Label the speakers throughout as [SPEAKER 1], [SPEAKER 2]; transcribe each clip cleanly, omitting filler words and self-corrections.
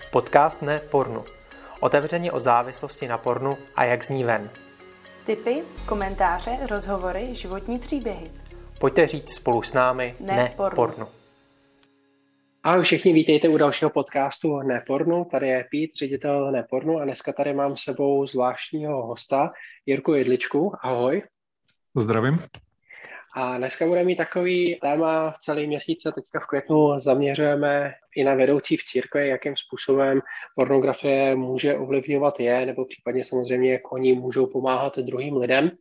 [SPEAKER 1] Podcast Ne pornu. Otevřeně o závislosti na pornu a jak z ní ven.
[SPEAKER 2] Tipy, komentáře, rozhovory, životní příběhy.
[SPEAKER 1] Pojďte říct spolu s námi Ne pornu.
[SPEAKER 3] Ahoj všichni, vítejte u dalšího podcastu Ne pornu. Tady je Pít, ředitel Ne pornu, a dneska tady mám s sebou zvláštního hosta, Jirku Jedličku. Ahoj.
[SPEAKER 4] Zdravím.
[SPEAKER 3] A dneska budeme mít takový téma celý měsíc, teďka v květnu zaměřujeme i na vedoucí v církvi, jakým způsobem pornografie může ovlivňovat je, nebo případně samozřejmě, jak oni můžou pomáhat druhým lidem.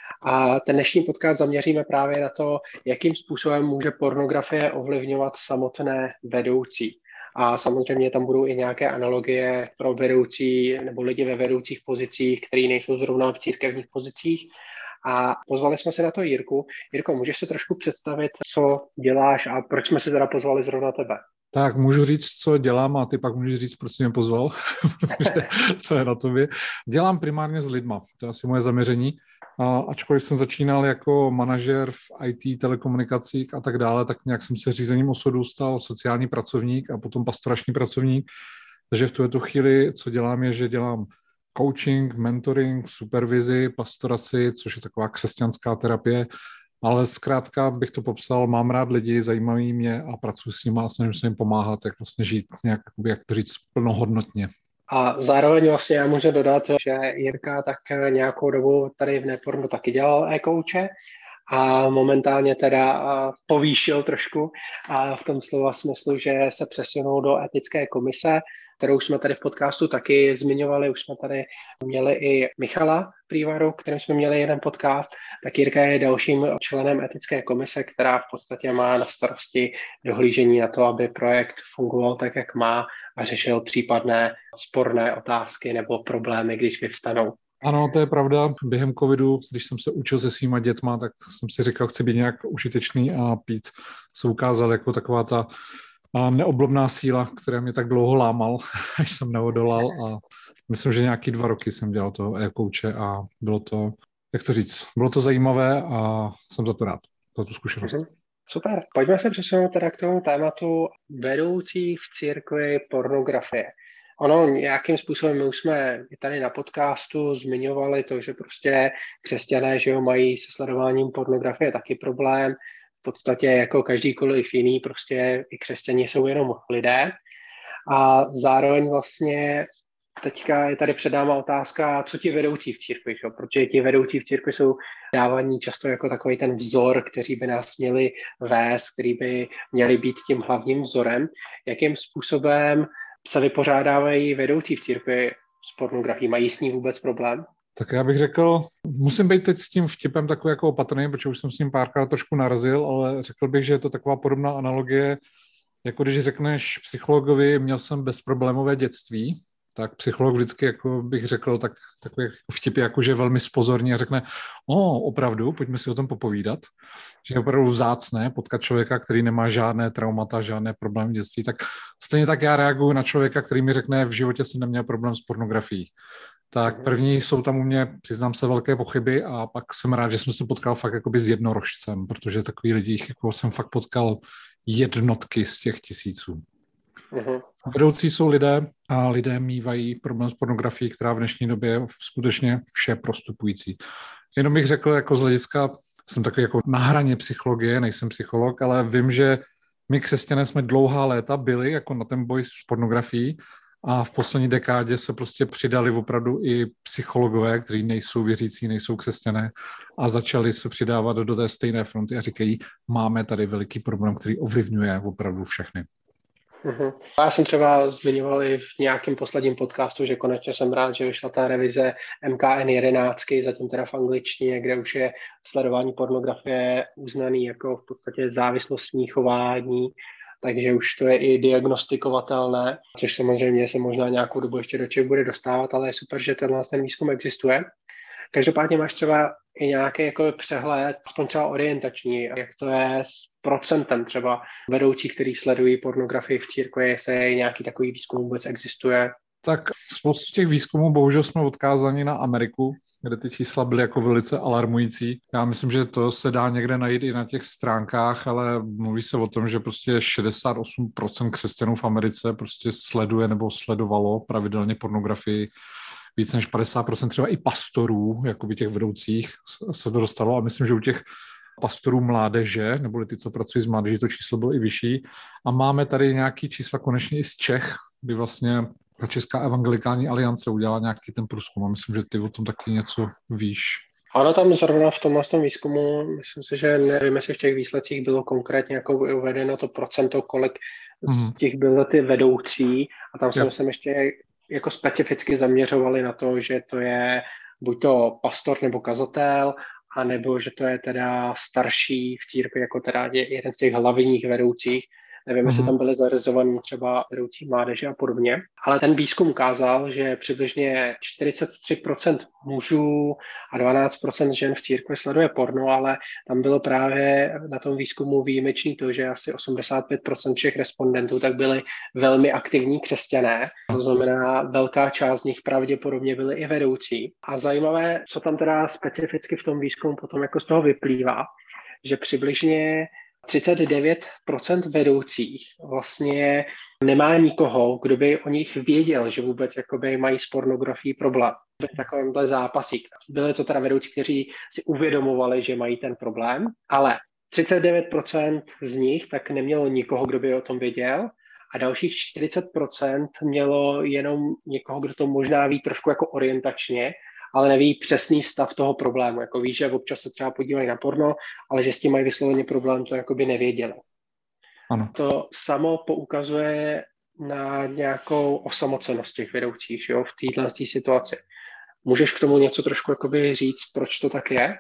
[SPEAKER 3] A ten dnešní podcast zaměříme právě na to, jakým způsobem může pornografie ovlivňovat samotné vedoucí. A samozřejmě tam budou i nějaké analogie pro vedoucí nebo lidi ve vedoucích pozicích, kteří nejsou zrovna v církevních pozicích. A pozvali jsme se na to Jirku. Jirko, můžeš se trošku představit, co děláš a proč jsme se teda pozvali zrovna tebe?
[SPEAKER 4] Tak můžu říct, co dělám, a ty pak můžeš říct, proč jsi mě pozval, protože to je na tobě. Dělám primárně s lidma, to je asi moje zaměření. A ačkoliv jsem začínal jako manažer v IT, telekomunikacích a tak dále, tak nějak jsem se řízením osudu stal sociální pracovník a potom pastorační pracovník. Takže v tuto chvíli, co dělám, je, že dělám coaching, mentoring, supervizi, pastoraci, což je taková křesťanská terapie, ale zkrátka bych to popsal, mám rád lidi, zajímají mě a pracuji s nimi a snažím se jim pomáhat, jak vlastně žít nějak, jak to říct, plnohodnotně.
[SPEAKER 3] A zároveň vlastně já můžu dodat, že Jirka tak nějakou dobu tady v Nepornu taky dělal e-coache a momentálně teda povýšil trošku a v tom slova smyslu, že se přesunul do etické komise, kterou jsme tady v podcastu taky zmiňovali. Už jsme tady měli i Michala Prývaru, kterým jsme měli jeden podcast, tak Jirka je dalším členem etické komise, která v podstatě má na starosti dohlížení na to, aby projekt fungoval tak, jak má, a řešil případné sporné otázky nebo problémy, když vyvstanou.
[SPEAKER 4] Ano, to je pravda. Během covidu, když jsem se učil se svýma dětma, tak jsem si říkal, chci být nějak užitečný, a Pít se ukázal jako taková ta neoblomná síla, která mě tak dlouho lámal, až jsem neodolal, a myslím, že nějaký 2 roky jsem dělal toho e-coache a bylo to, jak to říct, bylo to zajímavé a jsem za to rád, za tu zkušenost.
[SPEAKER 3] Super. Pojďme se přesunout teda k tomu tématu vedoucí v církvi pornografie. Ono nějakým způsobem, my už jsme i tady na podcastu zmiňovali to, že prostě křesťané, že jo, mají se sledováním pornografie taky problém. V podstatě jako každýkoliv jiný, prostě i křesťané jsou jenom lidé. A zároveň vlastně teďka je tady před náma otázka, co ti vedoucí v církvi, jo? Protože ti vedoucí v církvi jsou dávaní často jako takový ten vzor, kteří by nás měli vést, který by měli být tím hlavním vzorem. Jakým způsobem se vypořádávají vedoucí v církvi s pornografií? Mají s ní vůbec problém?
[SPEAKER 4] Tak já bych řekl, musím být teď s tím vtipem takový jako opatrný, protože už jsem s ním párkrát trošku narazil, ale řekl bych, že je to taková podobná analogie, jako když řekneš psychologovi, měl jsem bezproblémové dětství, tak psycholog vždycky, jako bych řekl, takový vtip je jako, že velmi spozorní a řekne, opravdu, pojďme si o tom popovídat, že je opravdu vzácné potkat člověka, který nemá žádné traumata, žádné problémy v dětství, tak stejně tak já reaguju na člověka, který mi řekne, v životě jsem neměl problém s pornografií. Tak první jsou tam u mě, přiznám se, velké pochyby, a pak jsem rád, že jsem se potkal fakt jakoby s jednorožcem, protože takový lidí jako jsem fakt potkal jednotky z těch tisíců. Vedoucí jsou lidé a lidé mívají problém s pornografií, která v dnešní době je skutečně vše prostupující. Jenom bych řekl, jako z hlediska, jsem takový jako na hraně psychologie, nejsem psycholog, ale vím, že my křesťané jsme dlouhá léta byli jako na ten boj s pornografií, a v poslední dekádě se prostě přidali opravdu i psychologové, kteří nejsou věřící, nejsou křesťané, a začali se přidávat do té stejné fronty a říkají, máme tady veliký problém, který ovlivňuje opravdu všechny.
[SPEAKER 3] Já jsem třeba zmiňoval i v nějakém posledním podcastu, že konečně jsem rád, že vyšla ta revize MKN 11, zatím teda v angličtině, kde už je sledování pornografie uznaný jako v podstatě závislostní chování, takže už to je i diagnostikovatelné, což samozřejmě se možná nějakou dobu ještě do čeho bude dostávat, ale je super, že ten výzkum existuje. Každopádně máš třeba i nějaký jako přehled, aspoň třeba orientační, jak to je s procentem třeba vedoucí, který sledují pornografii v církvi, jestli nějaký takový výzkum vůbec existuje.
[SPEAKER 4] Tak spoustu těch výzkumů bohužel jsme odkázáni na Ameriku, kde ty čísla byly jako velice alarmující. Já myslím, že to se dá někde najít i na těch stránkách, ale mluví se o tom, že prostě 68% křesťanů v Americe prostě sleduje nebo sledovalo pravidelně pornografii. Víc než 50% třeba i pastorů, jakoby těch vedoucích, se to dostalo a myslím, že u těch pastorů mládeže, nebo ty, co pracují s mládeží, to číslo bylo i vyšší. A máme tady nějaký čísla konečně i z Čech, kdy vlastně Česká evangelikální aliance udělala nějaký ten průzkum a myslím, že ty o tom taky něco víš.
[SPEAKER 3] Ano, tam zrovna v tomhle výzkumu, myslím si, že nevím, jestli v těch výsledcích bylo konkrétně jako uvedeno to procento, kolik z těch bylo ty vedoucí a tam jsme se ještě jako specificky zaměřovali na to, že to je buď to pastor nebo kazatel, anebo že to je teda starší v církvi, jako teda jeden z těch hlavních vedoucích. Nevím, jestli tam byly zařazovaní třeba vedoucí mládeže a podobně. Ale ten výzkum ukázal, že přibližně 43% mužů a 12% žen v církvi sleduje porno, ale tam bylo právě na tom výzkumu výjimečný to, že asi 85% všech respondentů tak byli velmi aktivní křesťané. To znamená, velká část z nich pravděpodobně byli i vedoucí. A zajímavé, co tam teda specificky v tom výzkumu potom jako z toho vyplývá, že přibližně 39% vedoucích vlastně nemá nikoho, kdo by o nich věděl, že vůbec jakoby mají s pornografií problém. Takovýmhle zápasík. Byli to teda vedoucí, kteří si uvědomovali, že mají ten problém, ale 39% z nich tak nemělo nikoho, kdo by o tom věděl a dalších 40% mělo jenom někoho, kdo to možná ví trošku jako orientačně, ale neví přesný stav toho problému. Jako ví, že občas se třeba podívají na porno, ale že s tím mají vysloveně problém, to jakoby nevěděli.
[SPEAKER 4] Ano.
[SPEAKER 3] To samo poukazuje na nějakou osamocenost těch vedoucích, jo, v této situaci. Můžeš k tomu něco trošku jakoby říct, proč to tak je?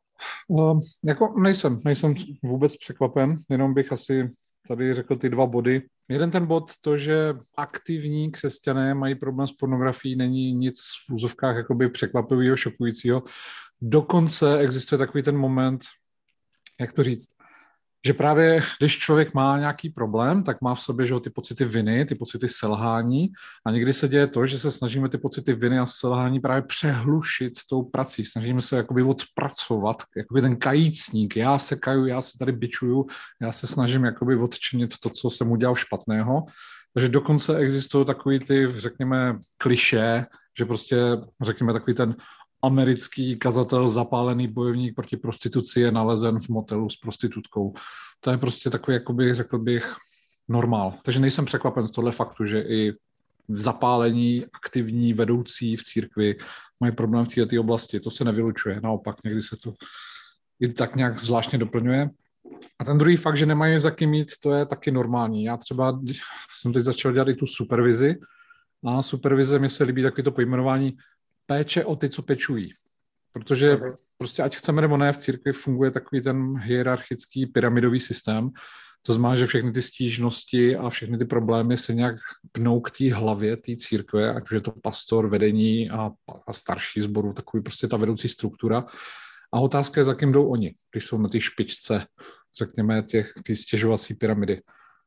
[SPEAKER 4] Jako nejsem vůbec překvapen, jenom bych asi tady řekl ty dva body. Jeden ten bod, to, že aktivní křesťané mají problém s pornografií, není nic v úzovkách jakoby překvapivého, šokujícího. Dokonce existuje takový ten moment, jak to říct, že právě když člověk má nějaký problém, tak má v sobě, že ty pocity viny, ty pocity selhání a někdy se děje to, že se snažíme ty pocity viny a selhání právě přehlušit tou prací. Snažíme se jakoby odpracovat, jakoby ten kajícník. Já se kaju, já se tady bičuju, já se snažím jakoby odčinit to, co jsem udělal špatného. Takže dokonce existují takový ty, řekněme, klišé, že prostě, řekněme, takový ten americký kazatel, zapálený bojovník proti prostituci je nalezen v motelu s prostitutkou. To je prostě takový, jakoby, řekl bych, normál. Takže nejsem překvapen z tohle faktu, že i zapálení aktivní vedoucí v církvi mají problém v této oblasti. To se nevylučuje, naopak někdy se to i tak nějak zvláštně doplňuje. A ten druhý fakt, že nemají za kým jít, to je taky normální. Já třeba jsem teď začal dělat i tu supervizi a supervize mi se líbí takový to pojmenování péče o ty, co pečují. Protože prostě ať chceme nebo ne, v církvi funguje takový ten hierarchický pyramidový systém. To znamená, že všechny ty stížnosti a všechny ty problémy se nějak pnou k té hlavě té církve, ať už je to pastor, vedení a starší sboru, takový prostě ta vedoucí struktura. A otázka je, za kým jdou oni, když jsou na té špičce, řekněme, ty stěžovací pyramidy.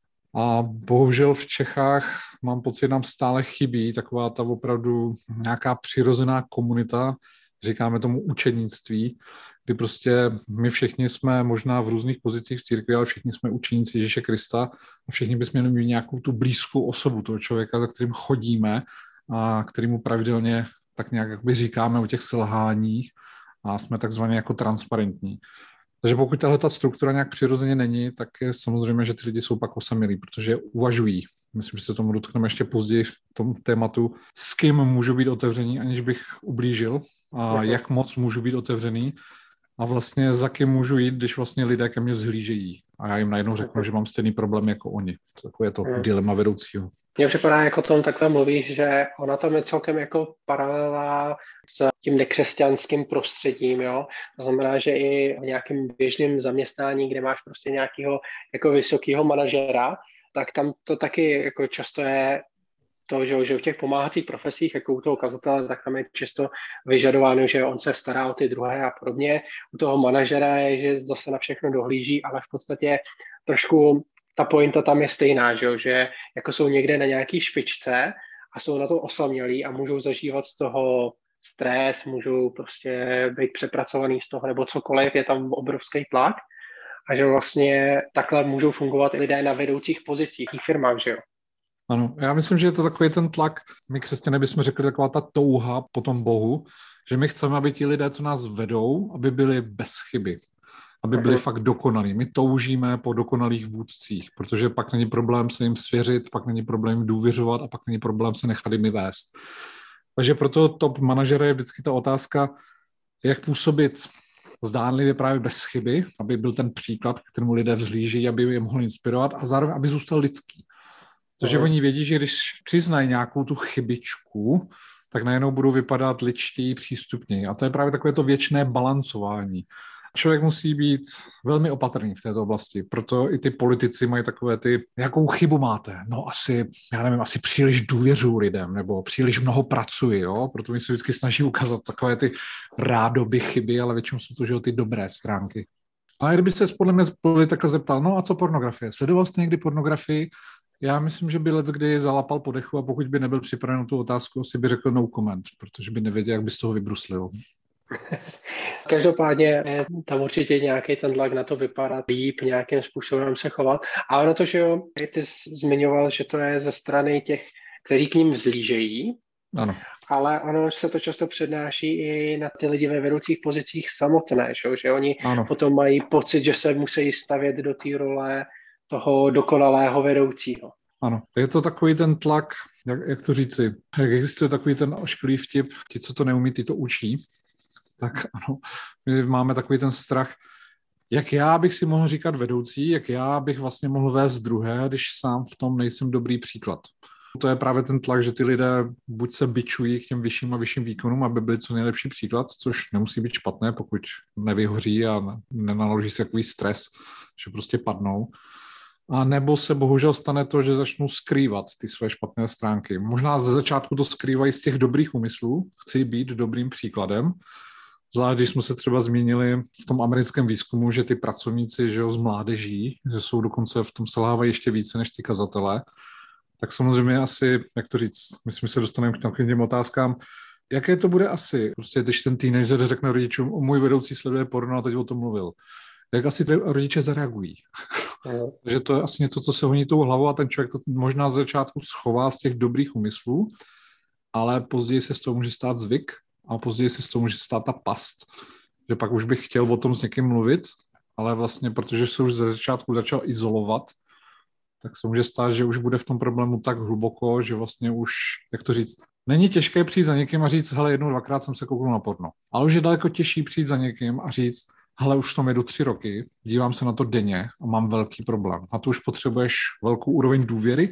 [SPEAKER 4] A bohužel v Čechách mám pocit, nám stále chybí taková ta opravdu nějaká přirozená komunita, říkáme tomu učednictví, kdy prostě my všichni jsme možná v různých pozicích v církvi, ale všichni jsme učeníci Ježíše Krista a všichni bychom měli mít nějakou tu blízkou osobu toho člověka, za kterým chodíme a kterému pravidelně tak nějak jakoby říkáme o těch selháních a jsme takzvaně jako transparentní. Takže pokud tahle ta struktura nějak přirozeně není, tak je samozřejmě, že ty lidi jsou pak osamělí, protože uvažují. Myslím, že se tomu dotkneme ještě později v tom tématu, s kým můžu být otevřený, aniž bych ublížil a jak moc můžu být otevřený a vlastně za kým můžu jít, když vlastně lidé ke mně vzhlížejí a já jim najednou řeknu, že mám stejný problém jako oni. Takové je to dilema vedoucího.
[SPEAKER 3] Mně připadá, jako tom takhle mluvíš, že ona tam je celkem jako paralela s tím nekřesťanským prostředím, jo. To znamená, že i v nějakém běžném zaměstnání, kde máš prostě nějakého jako vysokého manažera, tak tam to taky jako často je to, že v těch pomáhacích profesích, jako u toho kazatele, tak tam je často vyžadováno, že on se stará o ty druhé a podobně. U toho manažera je, že zase na všechno dohlíží, ale v podstatě trošku ta pointa tam je stejná, že jako jsou někde na nějaký špičce a jsou na to osamělí a můžou zažívat z toho stres, můžou prostě být přepracovaný z toho nebo cokoliv, je tam obrovský tlak a že vlastně takhle můžou fungovat i lidé na vedoucích pozicích v firmách, že jo.
[SPEAKER 4] Ano, já myslím, že je to takový ten tlak, my křesťané bychom řekli taková ta touha po tom Bohu, že my chceme, aby ti lidé, co nás vedou, aby byli bez chyby, aby byli fakt dokonalí. My toužíme po dokonalých vůdcích, protože pak není problém se jim svěřit, pak není problém jim důvěřovat a pak není problém se nechat jimi vést. Takže proto top manažera je vždycky ta otázka, jak působit zdánlivě právě bez chyby, aby byl ten příklad, kterému lidé vzhlíží, aby je mohli inspirovat a zároveň, aby zůstal lidský. Protože oni vědí, že když přiznají nějakou tu chybičku, tak najednou budou vypadat lidštěji, přístupněji. A to je právě takové to věčné balancování. Člověk musí být velmi opatrný v této oblasti, proto i ty politici mají takové ty, jakou chybu máte? No asi, já nevím, asi příliš důvěřuji lidem, nebo příliš mnoho pracuji, jo? Proto mi se vždycky snaží ukázat takové ty rádoby chyby, ale většinou jsou to, že ty dobré stránky. Ale kdyby se podle mě politika zeptal, no a co pornografie? Sledoval jste někdy pornografii? Já myslím, že by leckdy zalapal po dechu a pokud by nebyl připraven na tu otázku, asi by řekl no comment, protože by nevěděl, jak by z toho vybruslil.
[SPEAKER 3] Každopádně je tam určitě nějaký ten tlak na to vypadat líp, nějakým způsobem se chovat. A ono to, že jo, ty jsi zmiňoval, že to je ze strany těch, kteří k ním vzlížejí,
[SPEAKER 4] ano.
[SPEAKER 3] Ale ono se to často přednáší i na ty lidi ve vedoucích pozicích samotné, že oni potom mají pocit, že se musí stavět do té role toho dokonalého vedoucího.
[SPEAKER 4] Ano, je to takový ten tlak, jak to říci, jak existuje takový ten ošklivý vtip, ti, co to neumí, ty to učí, tak ano, my máme takový ten strach, jak já bych si mohl říkat vedoucí, jak já bych vlastně mohl vést druhé, když sám v tom nejsem dobrý příklad. To je právě ten tlak, že ty lidé buď se bičují k těm vyšším a vyšším výkonům, aby byli co nejlepší příklad, což nemusí být špatné, pokud nevyhoří a nenaloží se takový stres, že prostě padnou. A nebo se bohužel stane to, že začnou skrývat ty své špatné stránky. Možná ze začátku to skrývají z těch dobrých úmyslů, chci být dobrým příkladem. Zvlášť, když jsme se třeba zmínili v tom americkém výzkumu, že ty pracovníci, že jo, z mládeží, že jsou dokonce v tom selhávají ještě více než ti kazatelé, tak samozřejmě asi, jak to říct, my se dostaneme k těm otázkám, jaké to bude asi, prostě když ten teenager řekne rodičům, můj vedoucí sleduje porno a teď o tom mluvil. Jak asi rodiče zareagují? Takže to je asi něco, co se honí tou hlavou a ten člověk to možná z začátku schová z těch dobrých úmyslů, ale později se z toho může stát zvyk a později se z toho může stát ta past, že pak už bych chtěl o tom s někým mluvit, ale vlastně, protože se už ze začátku začal izolovat, tak se může stát, že už bude v tom problému tak hluboko, že vlastně už, jak to říct, není těžké přijít za někým a říct, hele, jednou, dvakrát jsem se kouknul na porno. Ale už je daleko těžší přijít za někým a říct, hele, už v tom jedu 3 roky, dívám se na to denně a mám velký problém. A to už potřebuješ velkou úroveň důvěry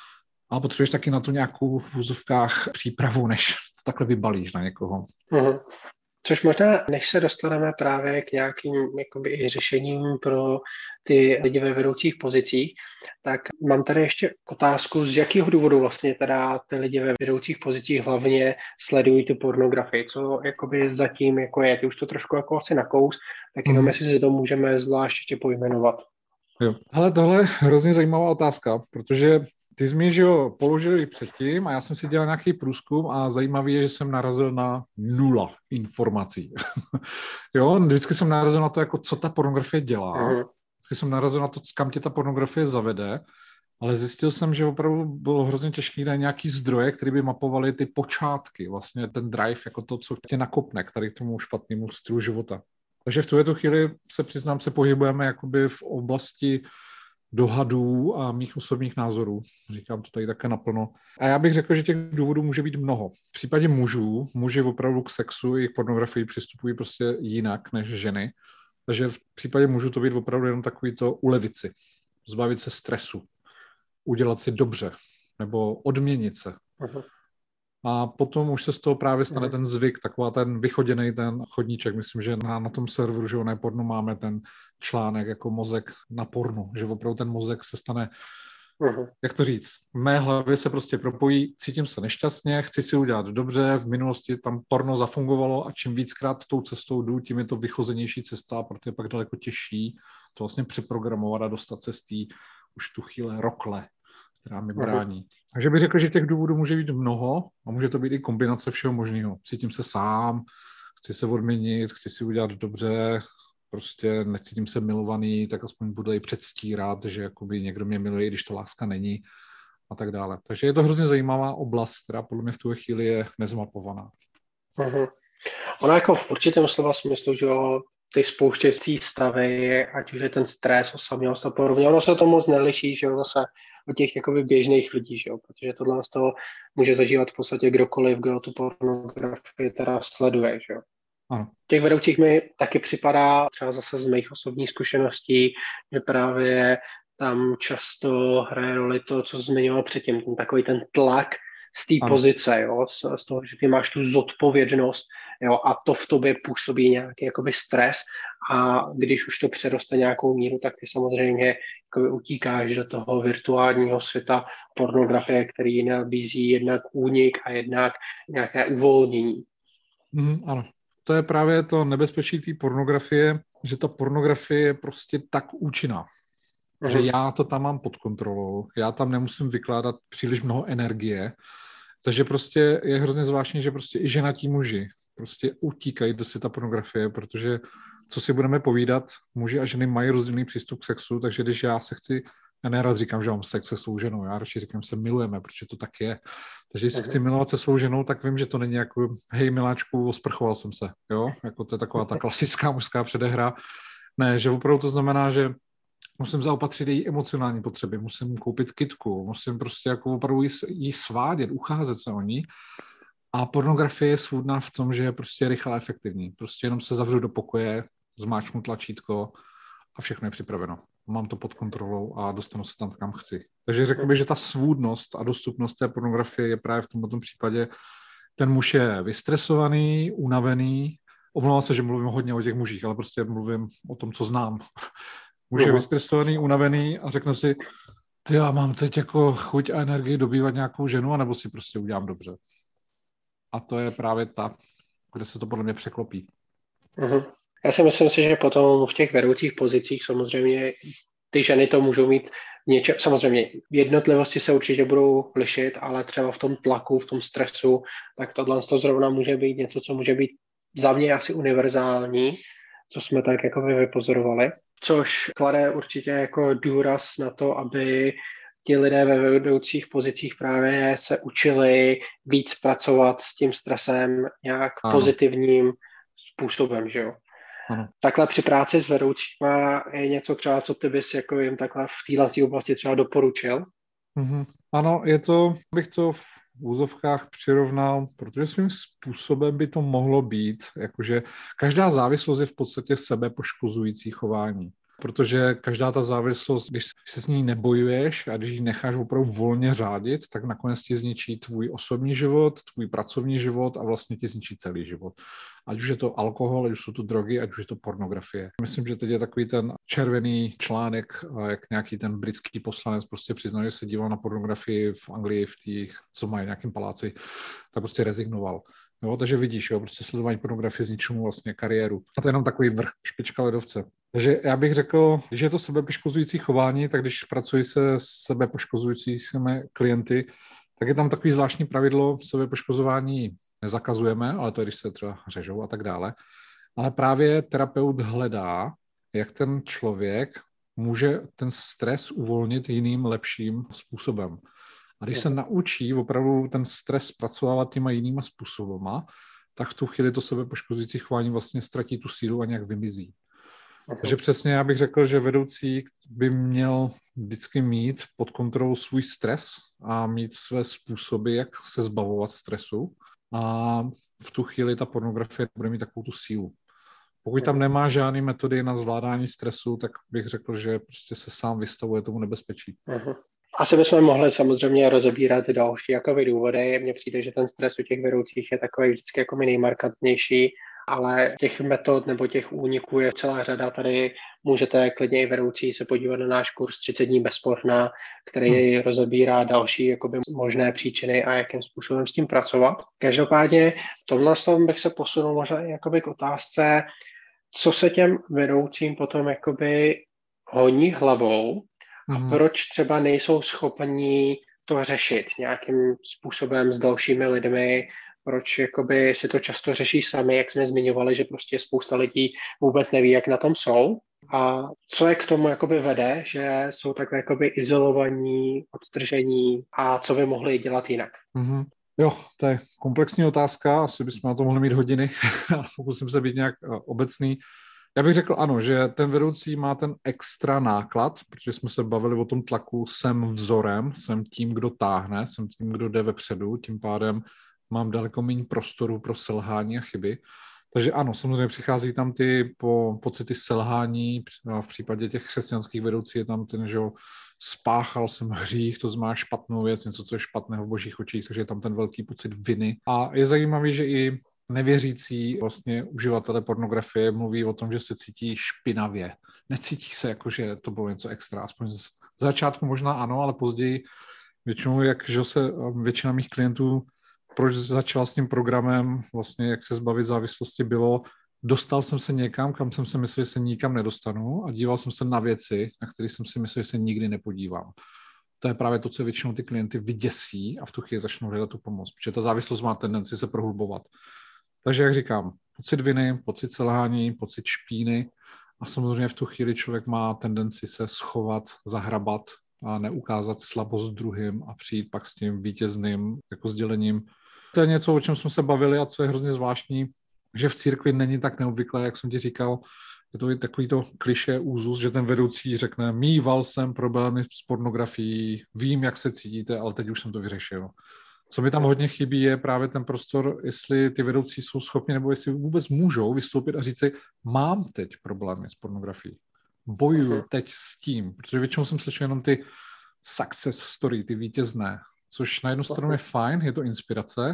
[SPEAKER 4] a potřebuješ taky na to nějakou v úzovkách přípravu, než to takhle vybalíš na někoho.
[SPEAKER 3] Mhm. Což možná, než se dostaneme právě k nějakým jakoby, i řešením pro ty lidi ve vedoucích pozicích, tak mám tady ještě otázku, z jakého důvodu vlastně teda ty lidi ve vedoucích pozicích hlavně sledují tu pornografii, co jakoby zatím jako je, ty už to trošku jako asi nakous, tak jenom jestli si to můžeme zvlášť ještě pojmenovat.
[SPEAKER 4] Jo. Hele, tohle je hrozně zajímavá otázka, protože ty jsi mi, že jo, položil ji předtím a já jsem si dělal nějaký průzkum a zajímavý je, že jsem narazil na 0 informací. Jo, vždycky jsem narazil na to, jako co ta pornografie dělá. Vždycky jsem narazil na to, kam tě ta pornografie zavede, ale zjistil jsem, že opravdu bylo hrozně těžké najít nějaký zdroje, které by mapovaly ty počátky, vlastně ten drive, jako to, co tě nakopne k tady k tomu špatnému stylu života. Takže v tuhle chvíli se přiznám, se pohybujeme jakoby v oblasti dohadů a mých osobních názorů. Říkám to tady také naplno. A já bych řekl, že těch důvodů může být mnoho. V případě muži opravdu k sexu i k pornografii přistupují prostě jinak než ženy. Takže v případě mužů to být opravdu jenom takový to ulevit si, zbavit se stresu, udělat si dobře nebo odměnit se. A potom už se z toho právě stane ten zvyk, taková ten vychoděný ten chodníček. Myslím, že na tom serveru, že na pornu máme ten článek jako mozek na pornu, že opravdu ten mozek se stane, jak to říct, v mé hlavě se prostě propojí, cítím se nešťastně, chci si udělat dobře, v minulosti tam porno zafungovalo a čím víckrát tou cestou jdu, tím je to vychozenější cesta, protože je pak daleko těžší to vlastně přeprogramovat a dostat se z té už tu chvíle rokle která mi brání. Takže bych řekl, že těch důvodů může být mnoho a může to být i kombinace všeho možného. Cítím se sám, chci se odměnit, chci si udělat dobře, prostě necítím se milovaný, tak aspoň budu i předstírat, že jakoby někdo mě miluje, když to láska není a tak dále. Takže je to hrozně zajímavá oblast, která podle mě v tuhle chvíli je nezmapovaná.
[SPEAKER 3] Ona jako v určitém slova smyslu, že jo, ty spouštěcí stavy, ať už je ten stres, osamělost a podobně, ono se to moc neliší, že jo, zase od těch jakoby běžných lidí, že jo, protože tohle z toho může zažívat v podstatě kdokoliv, kdo tu pornografii teda sleduje, že jo.
[SPEAKER 4] Ano.
[SPEAKER 3] Těch vedoucích mi taky připadá, třeba zase z mých osobních zkušeností, že právě tam často hraje roli to, co zmiňoval předtím, ten takový ten tlak z té pozice, jo, z toho, že ty máš tu zodpovědnost, jo, a to v tobě působí nějaký jakoby stres a když už to přeroste nějakou míru, tak ty samozřejmě jakoby utíkáš do toho virtuálního světa pornografie, který nabízí jednak únik a jednak nějaké uvolnění.
[SPEAKER 4] Ano. To je právě to nebezpečí té pornografie, že ta pornografie je prostě tak účinná, že já to tam mám pod kontrolou, já tam nemusím vykládat příliš mnoho energie, takže prostě je hrozně zvláštní, že prostě i ženatí muži prostě utíkají do světa pornografie, protože co si budeme povídat, muži a ženy mají rozdílný přístup k sexu, takže když já se chci, já nerad říkám, že mám sex se svou ženou, já radši říkám, že se milujeme, protože to tak je. Takže když se chci milovat se svou ženou, tak vím, že to není jako hej miláčku, osprchoval jsem se, jo, jako to je taková ta klasická mužská předehra. Ne, že opravdu to znamená, že musím zaopatřit její emocionální potřeby, musím koupit kytku, musím prostě jako opravdu jí svádět, ucházet se o ní. A pornografie je svůdná v tom, že je prostě rychle a efektivní. Prostě jenom se zavřu do pokoje, zmáčknu tlačítko a všechno je připraveno. Mám to pod kontrolou a dostanu se tam, kam chci. Takže řekl bych, že ta svůdnost a dostupnost té pornografie je právě v tomto případě, ten muž je vystresovaný, unavený, omlouvám se, že mluvím hodně o těch mužích, ale prostě mluvím o tom, co znám. Muž je vystresovaný, unavený a řekne si, ty já mám teď jako chuť a energii dobývat nějakou ženu, anebo si prostě udělám dobře. A to je právě ta, kde se to podle mě překlopí.
[SPEAKER 3] Já si myslím si, že potom v těch vedoucích pozicích samozřejmě ty ženy to můžou mít něčem, samozřejmě jednotlivosti se určitě budou lišit, ale třeba v tom tlaku, v tom stresu, tak tohle zrovna může být něco, co může být za mě asi univerzální, co jsme tak jako vypozorovali, což klade určitě jako důraz na to, aby ti lidé ve vedoucích pozicích právě se učili víc pracovat s tím stresem nějak pozitivním způsobem, že jo.
[SPEAKER 4] Ano.
[SPEAKER 3] Takhle při práci s vedoucíma je něco třeba, co ty bys jako jim takhle v této oblasti třeba doporučil?
[SPEAKER 4] Ano, je to, bych to v úzovkách přirovnal, protože svým způsobem by to mohlo být, jakože každá závislost je v podstatě sebepoškozující chování. Protože každá ta závislost, když se s ní nebojuješ a když ji necháš opravdu volně řádit, tak nakonec ti zničí tvůj osobní život, tvůj pracovní život a vlastně ti zničí celý život. Ať už je to alkohol, ať už jsou to drogy, ať už je to pornografie. Myslím, že teď je takový ten červený článek, jak nějaký ten britský poslanec prostě přiznal, že se díval na pornografii v Anglii, v těch, co mají nějakým paláci, tak prostě rezignoval. Jo, takže vidíš, jo, prostě sledování pornografie zničí mu vlastně kariéru. A to je jenom takový vrch, špička ledovce. Takže já bych řekl, když je to sebepoškozující chování, tak když pracuji se sebepoškozujícími klienty, tak je tam takový zvláštní pravidlo, sebepoškozování nezakazujeme, ale to je, když se třeba řežou a tak dále. Ale právě terapeut hledá, jak ten člověk může ten stres uvolnit jiným, lepším způsobem. A když se naučí opravdu ten stres zpracovávat těma jinýma způsobama, tak v tu chvíli to sebepoškozující chování vlastně ztratí tu sílu a nějak vymizí. Takže přesně já bych řekl, že vedoucí by měl vždycky mít pod kontrolou svůj stres a mít své způsoby, jak se zbavovat stresu. A v tu chvíli ta pornografie bude mít takovou tu sílu. Pokud tam nemá žádné metody na zvládání stresu, tak bych řekl, že prostě se sám vystavuje tomu nebezpečí.
[SPEAKER 3] Asi bychom mohli samozřejmě rozebírat další jakoby důvody. Mně přijde, že ten stres u těch vedoucích je takový vždycky jako nejmarkantnější, ale těch metod nebo těch úniků je celá řada. Tady můžete klidně i vedoucí se podívat na náš kurz 30 dní bez porna, který rozebírá další jakoby možné příčiny a jakým způsobem s tím pracovat. Každopádně tomhle bych se posunul možná jakoby k otázce, co se těm vedoucím potom jakoby honí hlavou a proč třeba nejsou schopni to řešit nějakým způsobem s dalšími lidmi, proč jakoby si to často řeší sami, jak jsme zmiňovali, že prostě spousta lidí vůbec neví, jak na tom jsou. A co je k tomu jakoby vede, že jsou takhle jakoby izolovaní, odtržení a co by mohli dělat jinak?
[SPEAKER 4] Mm-hmm. Jo, to je komplexní otázka, asi bychom na to mohli mít hodiny, pokusím se být nějak obecný. Já bych řekl ano, že ten vedoucí má ten extra náklad, protože jsme se bavili o tom tlaku, jsem vzorem, jsem tím, kdo táhne, jsem tím, kdo jde vepředu, tím pádem mám daleko méně prostoru pro selhání a chyby. Takže ano, samozřejmě přichází tam ty pocity selhání, v případě těch křesťanských vedoucí je tam ten, že spáchal jsem hřích, to znamená špatnou věc, něco, co je špatného v božích očích, takže je tam ten velký pocit viny. A je zajímavý, že i nevěřící vlastně uživatelé pornografie mluví o tom, že se cítí špinavě. Necítí se jako, že to bylo něco extra. Aspoň z začátku možná ano, ale později většinou, že se většina mých klientů, proč začala s tím programem, vlastně jak se zbavit závislosti, bylo, dostal jsem se někam, kam jsem si myslel, že se nikam nedostanu a díval jsem se na věci, na které jsem si myslel, že se nikdy nepodívám. To je právě to, co většinou ty klienty vyděsí a v tu chvíli začnou hledat tu pomoc, protože ta závislost má tendenci se prohlubovat. Takže jak říkám, pocit viny, pocit selhání, pocit špíny a samozřejmě v tu chvíli člověk má tendenci se schovat, zahrabat a neukázat slabost druhým a přijít pak s tím vítězným jako sdělením. To je něco, o čem jsme se bavili a co je hrozně zvláštní, že v církvi není tak neobvyklé, jak jsem ti říkal, je to i takový to klišé úzus, že ten vedoucí řekne, mýval jsem problémy s pornografií, vím, jak se cítíte, ale teď už jsem to vyřešil. Co mi tam hodně chybí, je právě ten prostor, jestli ty vedoucí jsou schopni, nebo jestli vůbec můžou vystoupit a říct si, mám teď problémy s pornografií. Bojuju teď s tím, protože většinou jsem slyšel jenom ty success story, ty vítězné, což na jednu stranu je fajn, je to inspirace,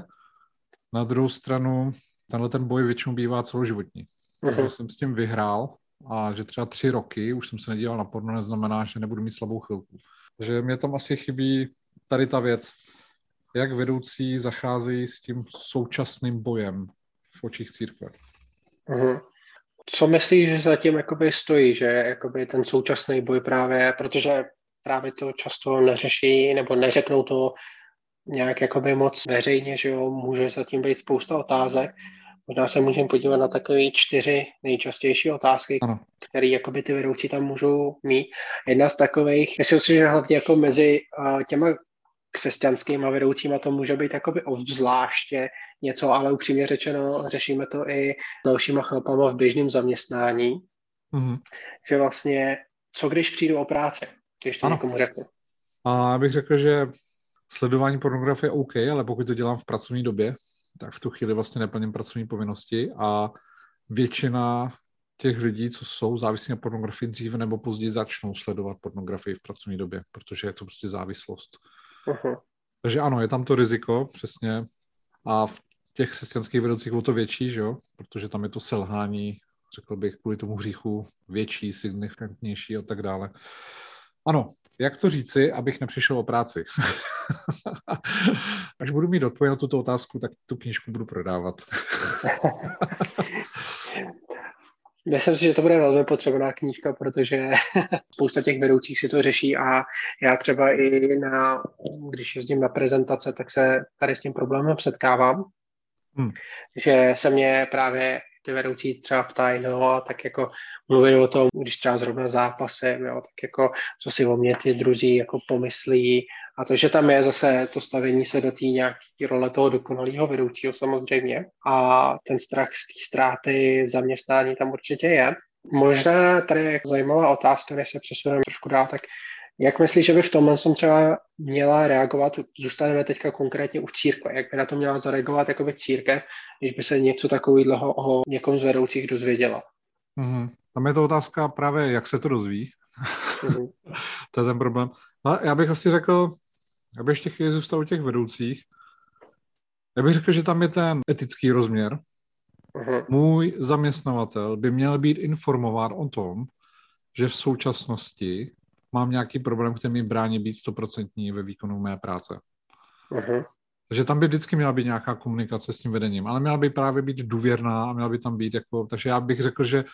[SPEAKER 4] na druhou stranu tenhle ten boj většinou bývá celoživotní. Že jsem s tím vyhrál a že třeba 3 roky už jsem se nedíval na porno, neznamená, že nebudu mít slabou chvilku. Takže mě tam asi chybí tady ta věc, jak vedoucí zacházejí s tím současným bojem v očích církve.
[SPEAKER 3] Co myslíš, že zatím jakoby stojí, že jakoby ten současný boj právě, protože právě to často neřeší nebo neřeknou to nějak jakoby moc veřejně, že jo, může zatím být spousta otázek. Možná se můžeme podívat na takové 4 nejčastější otázky, které jakoby ty vedoucí tam můžou mít. Jedna z takových, myslím si, že hlavně jako mezi těma křesťanskýma vedoucíma to může být jakoby obzvláště něco, ale upřímně řečeno řešíme to i s dalšíma chlapama v běžném zaměstnání, že vlastně co když přijdu o práci, když to někomu řeknu.
[SPEAKER 4] A já bych řekl, že sledování pornografie je OK, ale pokud to dělám v pracovní době, tak v tu chvíli vlastně neplním pracovní povinnosti a většina těch lidí, co jsou závislí na pornografii, dříve nebo později začnou sledovat pornografii v pracovní době, protože je to prostě závislost. Takže ano, je tam to riziko, přesně. A v těch křesťanských vedoucích o to větší, že jo? Protože tam je to selhání, řekl bych, kvůli tomu hříchu větší, signifikantnější a tak dále. Ano, jak to říci, abych nepřišel o práci? Až budu mít odpověď na tuto otázku, tak tu knížku budu prodávat.
[SPEAKER 3] Myslím si, že to bude velmi potřebná knížka, protože spousta těch vedoucích si to řeší a já třeba i když jezdím na prezentace, tak se tady s tím problémem setkávám, že se mě právě ty vedoucí třeba ptají, no a tak jako mluvit o tom, když třeba zrovna zápasem, jo, tak jako co si o mě ty druzí jako pomyslí a to, že tam je zase to stavění se do té nějaké role toho dokonalého vedoucího samozřejmě a ten strach z té ztráty zaměstnání tam určitě je. Možná tady je zajímavá otázka, než se přesuneme trošku dál, tak jak myslíš, že by v tomhle jsem třeba měla reagovat, zůstaneme teďka konkrétně u církve, jak by na to měla zareagovat jakoby církev, když by se něco takového o někom z vedoucích dozvěděla?
[SPEAKER 4] Tam je to otázka právě, jak se to dozví. To je ten problém. Ale já bych asi řekl, aby ještě chvíli zůstal u těch vedoucích, já bych řekl, že tam je ten etický rozměr. Můj zaměstnavatel by měl být informován o tom, že v současnosti mám nějaký problém, který mi brání být 100% ve výkonu mé práce. Takže tam by vždycky měla být nějaká komunikace s tím vedením, ale měla by právě být důvěrná a měla by tam být jako, takže já bych řekl, že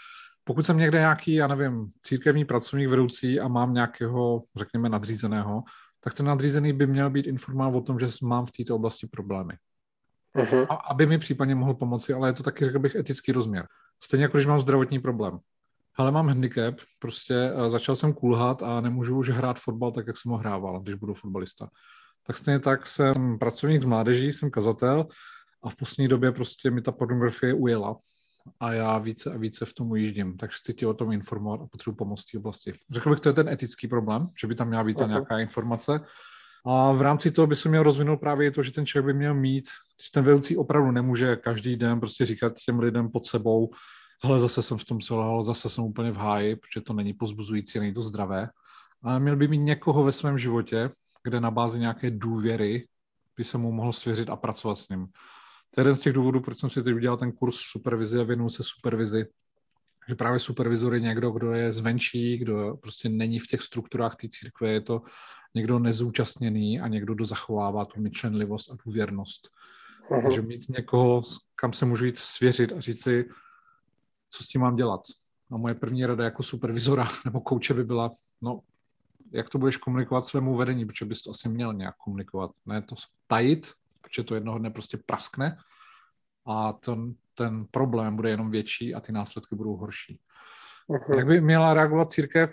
[SPEAKER 4] Pokud jsem někde nějaký, já nevím, církevní pracovník vedoucí a mám nějakého, řekněme, nadřízeného, tak ten nadřízený by měl být informován o tom, že mám v této oblasti problémy. A aby mi případně mohl pomoci, ale je to taky, řekl bych, etický rozměr. Stejně jako když mám zdravotní problém. Ale mám handicap, prostě začal jsem kulhat a nemůžu už hrát fotbal tak, jak jsem ho hrával, když budu fotbalista. Tak stejně tak jsem pracovník s mládeží, jsem kazatel a v poslední době prostě mi ta pornografie ujela a já více a více v tom ujíždím, takže chci tě o tom informovat a potřebuji pomoct v té oblasti. Řekl bych, to je ten etický problém, že by tam měla být ta nějaká informace. A v rámci toho by se měl rozvinout právě to, že ten člověk by měl mít, že ten vedoucí opravdu nemůže každý den prostě říkat těm lidem pod sebou, hele, zase jsem v tom selhal, zase jsem úplně v háji, protože to není povzbuzující, není to zdravé. Ale měl by mít někoho ve svém životě, kde na bázi nějaké důvěry by se mu mohl svěřit a pracovat s ním. To je jeden z těch důvodů, proč jsem si teď udělal ten kurz supervizi a věnuju se supervizi. Že právě supervizor je někdo, kdo je zvenčí, kdo prostě není v těch strukturách té církve, je to někdo nezúčastněný a někdo, kdo zachovává tu mlčenlivost a důvěrnost. Takže mít někoho, kam se můžu jít svěřit a říct si, co s tím mám dělat. A moje první rada jako supervizora nebo kouče by byla, no, jak to budeš komunikovat svému vedení, protože bys to asi měl nějak komunikovat. Ne to tajit, protože to jednoho dne prostě praskne a ten problém bude jenom větší a ty následky budou horší. Jak by měla reagovat církev?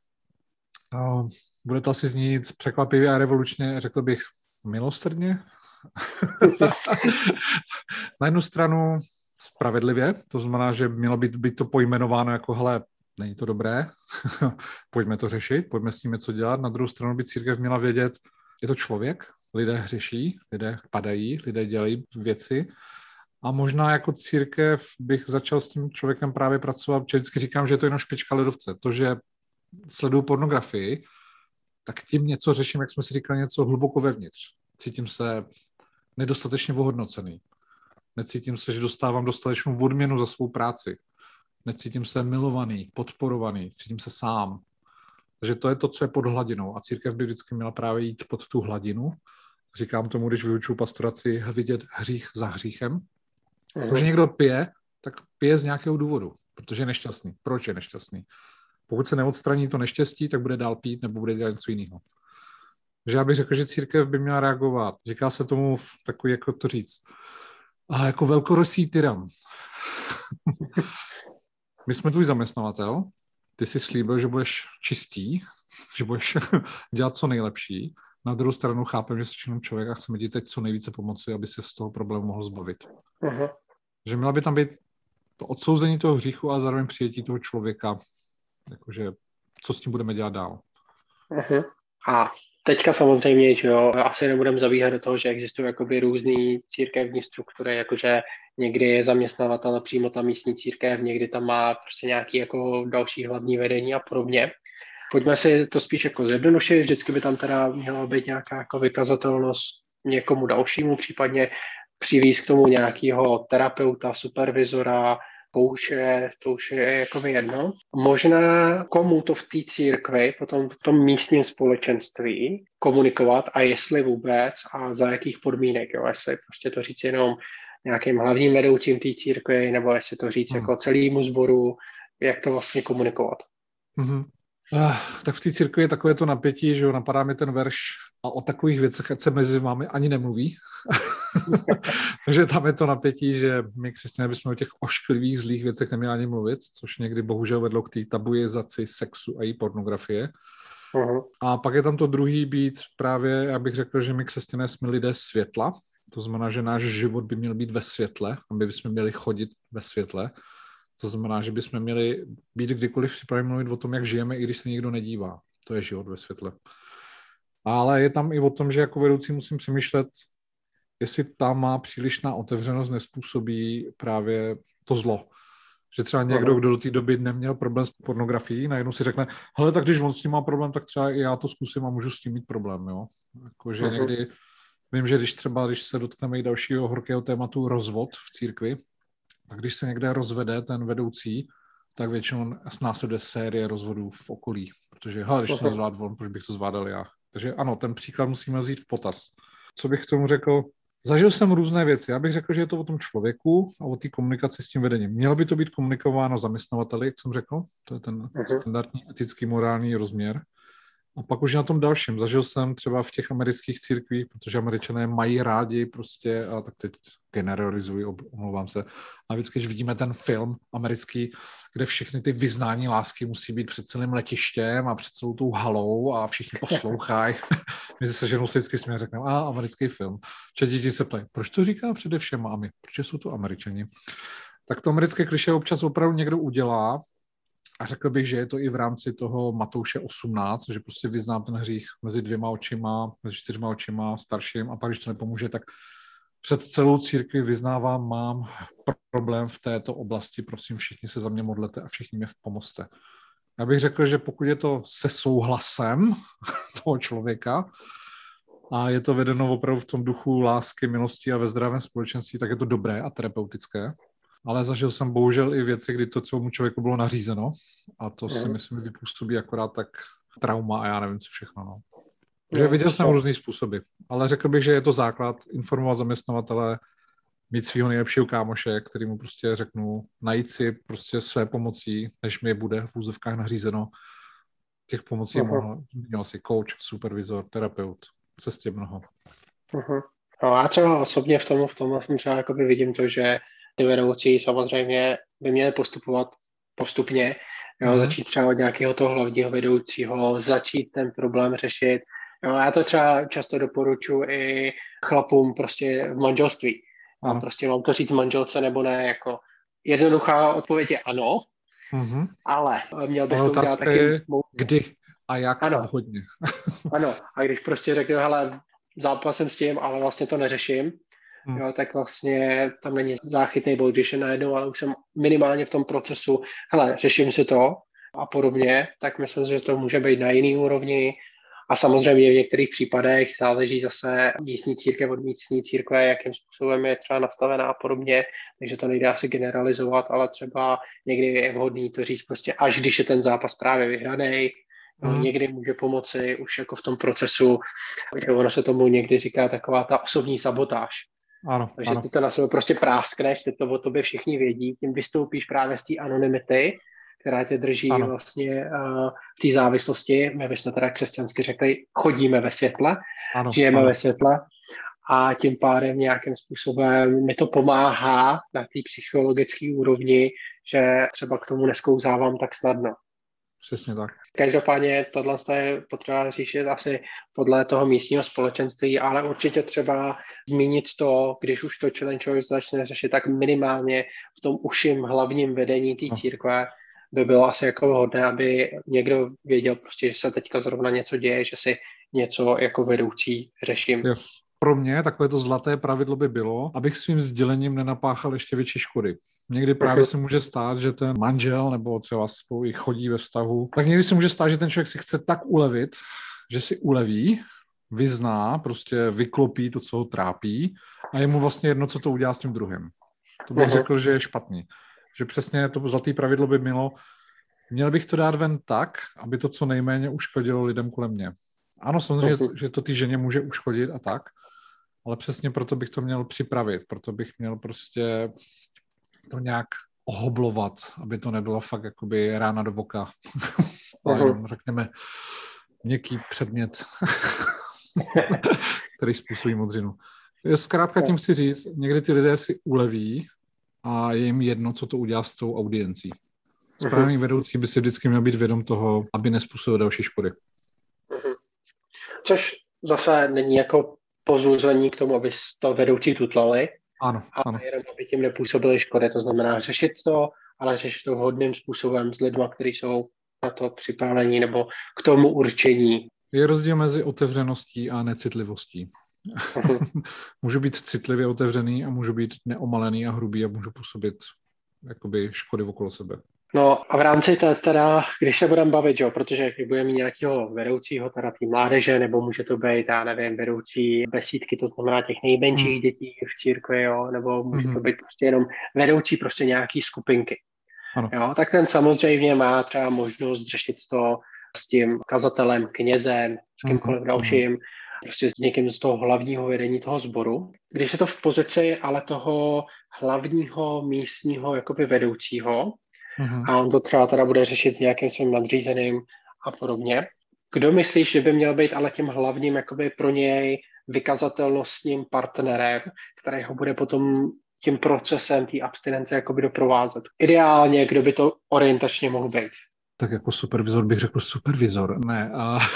[SPEAKER 4] Bude to asi znít překvapivě a revolučně, řekl bych, milosrdně. Na jednu stranu spravedlivě, to znamená, že mělo být to pojmenováno jako, hele, není to dobré, pojďme to řešit, pojďme s tím něco dělat. Na druhou stranu by církev měla vědět, je to člověk, lidé hřeší, lidé padají, lidé dělají věci a možná jako církev bych začal s tím člověkem právě pracovat, protože vždycky říkám, že je to jenom špička ledovce. To, že sleduju pornografii, tak tím něco řeším, jak jsme si říkali, něco hluboko vevnitř. Cítím se nedostatečně ohodnocený. Necítím se, že dostávám dostatečnou odměnu za svou práci. Necítím se milovaný, podporovaný, cítím se sám. Takže to je to, co je pod hladinou. A církev by vždycky měla právě jít pod tu hladinu. Říkám tomu, když vyučuju pastoraci, vidět hřích za hříchem. Protože někdo pije, tak pije z nějakého důvodu, protože je nešťastný. Proč je nešťastný? Pokud se neodstraní to neštěstí, tak bude dál pít nebo bude dělat něco jiného. Takže já bych řekl, že církev by měla reagovat. Říká se tomu takový, jako to říct, a jako velkorysý tyran. My jsme tvůj zaměstnavatel, ty jsi slíbil, že budeš čistý, že budeš dělat co nejlepší. Na druhou stranu chápem, že jsi jenom člověk a chceme ti teď co nejvíce pomoci, aby se z toho problému mohl zbavit. Že měla by tam být to odsouzení toho hříchu a zároveň přijetí toho člověka, jakože co s tím budeme dělat dál.
[SPEAKER 3] A teďka samozřejmě, že jo, asi nebudeme zabíhat do toho, že existují jakoby různý církevní struktury, jakože někdy je zaměstnavatel přímo ta místní církev, někdy tam má prostě nějaký jako další hlavní vedení a podobně. Pojďme si to spíš jako zjednodušit, vždycky by tam teda měla být nějaká jako vykazatelnost někomu dalšímu, případně přivízt k tomu nějakého terapeuta, supervizora, kouče, to už je jako jedno. Možná komu to v té církvi, potom v tom místním společenství komunikovat a jestli vůbec a za jakých podmínek, jo? Jestli prostě to říct jenom nějakým hlavním vedoucím té církvi, nebo jestli to říct jako celému sboru, jak to vlastně komunikovat.
[SPEAKER 4] Tak v té církvi je takové to napětí, že jo, napadá mi ten verš a o takových věcech, ať se mezi vámi ani nemluví. Takže tam je to napětí, že my křesťané bychom o těch ošklivých, zlých věcech neměli ani mluvit, což někdy bohužel vedlo k té tabuizaci sexu a její pornografie. A pak je tam to druhý být právě, já bych řekl, že my křesťané jsme lidé světla. To znamená, že náš život by měl být ve světle, aby bychom měli chodit ve světle. To znamená, že bychom měli být kdykoliv připraveni mluvit o tom, jak žijeme, i když se nikdo nedívá. To je život ve světle. Ale je tam i o tom, že jako vedoucí musím přemýšlet, jestli tam má přílišná otevřenost nezpůsobí právě to zlo. Že třeba někdo, kdo do té doby neměl problém s pornografií, najednou si řekne, hele, tak když on s tím má problém, tak třeba i já to zkusím a můžu s tím mít problém. Jo? Jakože někdy, vím, že když se dotkneme i dalšího horkého tématu rozvod v církvi, a když se někde rozvede ten vedoucí, tak většinou následuje série rozvodů v okolí, protože když to nezvládl on, proč bych to zvládal já. Takže ano, ten příklad musíme vzít v potaz. Co bych k tomu řekl? Zažil jsem různé věci. Já bych řekl, že je to o tom člověku a o té komunikaci s tím vedením. Mělo by to být komunikováno zaměstnavateli, jak jsem řekl. To je ten standardní etický, morální rozměr. A pak už na tom dalším. Zažil jsem třeba v těch amerických církvích, protože Američané mají rádi prostě, a tak teď generalizuji, omlouvám se. A vždycky, když vidíme ten film americký, kde všechny ty vyznání lásky musí být před celým letištěm a před celou tou halou a všichni poslouchají. My se ženou se vždycky smějí a řekneme, americký film. Včetně děti se ptají, proč to říká především a my? Proč jsou to Američani? Tak to americké klišé občas opravdu někdo udělá. A řekl bych, že je to i v rámci toho Matouše 18, že prostě vyznám ten hřích mezi 2 očima, mezi 4 očima, starším a pak, když to nepomůže, tak před celou církví vyznávám, mám problém v této oblasti, prosím, všichni se za mě modlete a všichni mě pomozte. Já bych řekl, že pokud je to se souhlasem toho člověka a je to vedeno opravdu v tom duchu lásky, milosti a ve zdravém společenství, tak je to dobré a terapeutické. Ale zažil jsem bohužel i věci, kdy to celému člověku bylo nařízeno a to si myslím vypůsobí akorát tak trauma a já nevím, co všechno. No. Takže viděl jsem různý způsoby, ale řekl bych, že je to základ informovat zaměstnavatele, mít svého nejlepšího kámoše, který mu prostě řeknu, najít si prostě své pomocí, než mi bude v úzovkách nařízeno. Těch pomocí měl si coach, supervizor, terapeut, cestě mnoho.
[SPEAKER 3] No já třeba osobně v tom třeba jakoby vidím to, že ty vedoucí samozřejmě by měli postupovat postupně, začít třeba od nějakého toho hlavního vedoucího, začít ten problém řešit. Jo, já to třeba často doporučuji i chlapům prostě v manželství. A prostě mám to říct manželce nebo ne, jako jednoduchá odpověď je ano, ale měl bych to udělat taky...
[SPEAKER 4] Kdy a jak hodně.
[SPEAKER 3] Ano, a když prostě řeknu, hele, zápasem s tím, ale vlastně to neřeším, jo, tak vlastně tam není záchytný bod, když je najednou, ale už jsem minimálně v tom procesu, hele, řeším si to a podobně, tak myslím, že to může být na jiný úrovni. A samozřejmě v některých případech záleží zase místní církev od místní církve, jakým způsobem je třeba nastavená a podobně, takže to nejde asi generalizovat, ale třeba někdy je vhodný to říct prostě, až když je ten zápas právě vyhranej, někdy může pomoci už jako v tom procesu, kde ono se tomu někdy říká taková ta osobní sabotáž. Takže ty to na sebe prostě práskneš, ty to o tobě všichni vědí, tím vystoupíš právě z té anonymity, která tě drží vlastně v té závislosti. My bychom teda křesťansky řekli, chodíme ve světle, žijeme ve světle a tím pádem nějakým způsobem mi to pomáhá na té psychologické úrovni, že třeba k tomu nesklouzávám tak snadno.
[SPEAKER 4] Přesně tak.
[SPEAKER 3] Každopádně tohle je potřeba řešit asi podle toho místního společenství, ale určitě třeba zmínit to, když už to člověk začne řešit, tak minimálně v tom uším hlavním vedení té církve by bylo asi jako vhodné, aby někdo věděl prostě, že se teďka zrovna něco děje, že si něco jako vedoucí řeším.
[SPEAKER 4] Jo. Pro mě takové to zlaté pravidlo by bylo, abych svým sdělením nenapáchal ještě větší škody. Někdy právě se může stát, že ten manžel nebo třeba spolu i chodí ve vztahu, tak někdy se může stát, že ten člověk si chce tak ulevit, že si uleví, vyzná, prostě vyklopí to, co ho trápí a je mu vlastně jedno, co to udělá s tím druhým. To bych řekl, že je špatný. Že přesně to zlaté pravidlo by měl bych to dát ven tak, aby to co nejméně uškodilo lidem kolem mě. Ano, samozřejmě, že to té ženě může uškodit a tak, ale přesně proto bych to měl připravit, proto bych měl prostě to nějak ohoblovat, aby to nebyla fakt jakoby rána do voka. Řekněme měkký předmět, který způsobí modřinu. Zkrátka tím chci říct, někdy ty lidé si uleví a je jim jedno, co to udělá s tou audiencí. Správný vedoucí by si vždycky měl být vědom toho, aby nezpůsobil další škody.
[SPEAKER 3] Což zase není jako pozvuzení k tomu, aby to vedoucí tutlali,
[SPEAKER 4] ano.
[SPEAKER 3] jenom aby tím nepůsobily škody. To znamená řešit to, ale řešit to vhodným způsobem s lidmi, kteří jsou na to připravení nebo k tomu určení.
[SPEAKER 4] Je rozdíl mezi otevřeností a necitlivostí. Můžu být citlivě otevřený a můžu být neomalený a hrubý a můžu působit jakoby škody okolo sebe.
[SPEAKER 3] No a v rámci teda, když se budeme bavit, jo, protože když budeme mít nějakého vedoucího teda té mládeže, nebo může to být, já nevím, vedoucí besídky, to znamená těch nejmenších dětí v církvi, jo, nebo může to být prostě jenom vedoucí prostě nějaký skupinky. Jo, tak ten samozřejmě má třeba možnost řešit to s tím kazatelem, knězem, s kýmkoliv dalším, prostě s někým z toho hlavního vedení toho sboru. Když je to v pozici ale toho hlavního místního jakoby vedoucího a on to třeba teda bude řešit s nějakým svým nadřízeným a podobně. Kdo myslíš, že by měl být ale tím hlavním jakoby pro něj vykazatelnostním partnerem, který ho bude potom tím procesem té abstinence jakoby doprovázet? Ideálně, kdo by to orientačně mohl být?
[SPEAKER 4] Tak jako supervizor bych řekl supervizor. Ne.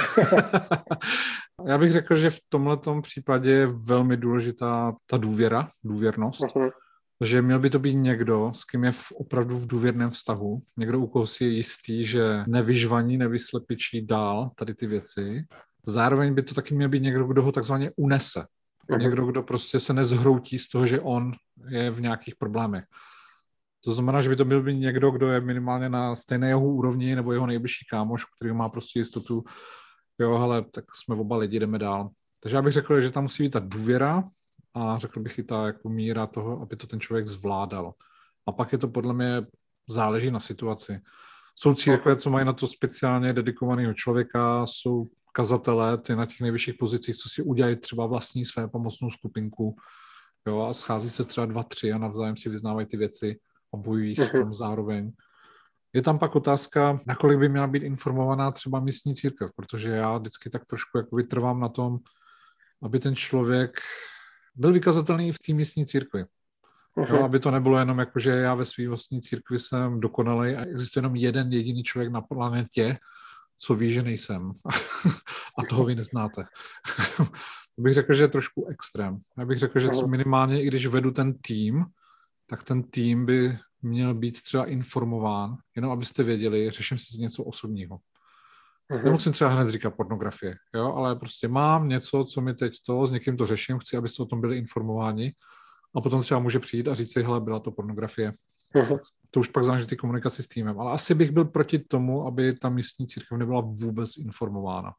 [SPEAKER 4] Já bych řekl, že v tomhletom případě je velmi důležitá ta důvěrnost. Takže měl by to být někdo, s kým je opravdu v důvěrném vztahu. Někdo, u koho si je jistý, že nevyžvaní, nevyslepičí dál tady ty věci. Zároveň by to taky měl být někdo, kdo ho takzvaně unese. Někdo, kdo prostě se nezhroutí z toho, že on je v nějakých problémech. To znamená, že by to byl být někdo, kdo je minimálně na stejné jeho úrovni nebo jeho nejbližší kámoš, který má prostě jistotu, jo, hele, tak jsme oba lidi, jdeme dál. Takže já bych řekl, že tam musí být ta důvěra a řekl bych i ta jako míra toho, aby to ten člověk zvládal. A pak je to podle mě záleží na situaci. Jsou církve, co mají na to speciálně dedikovaného člověka, jsou kazatelé, ty na těch nejvyšších pozicích, co si udělají třeba vlastní své pomocnou skupinku, jo, a schází se třeba 2-3 a navzájem si vyznávají ty věci a bojují v tom zároveň. Je tam pak otázka, nakolik by měla být informovaná třeba místní církev, protože já vždycky tak trošku jako vytrvám na tom, aby ten člověk byl vykazatelný i v té místní církvi. Jo, aby to nebylo jenom jako, že já ve své vlastní církvi jsem dokonalý a existuje jenom jeden jediný člověk na planetě, co ví, že nejsem. A toho vy neznáte. Bych řekl, že je trošku extrém. Já bych řekl, že minimálně, i když vedu ten tým, tak ten tým by měl být třeba informován, jenom abyste věděli, řeším si něco osobního. Nemusím třeba hned říkat pornografie, jo, ale prostě mám něco, co mi teď s někým to řeším, chci, abyste o tom byli informováni a potom třeba může přijít a říct si, hele, byla to pornografie. To už pak záleží ty komunikaci s týmem. Ale asi bych byl proti tomu, aby ta místní církev nebyla vůbec informována.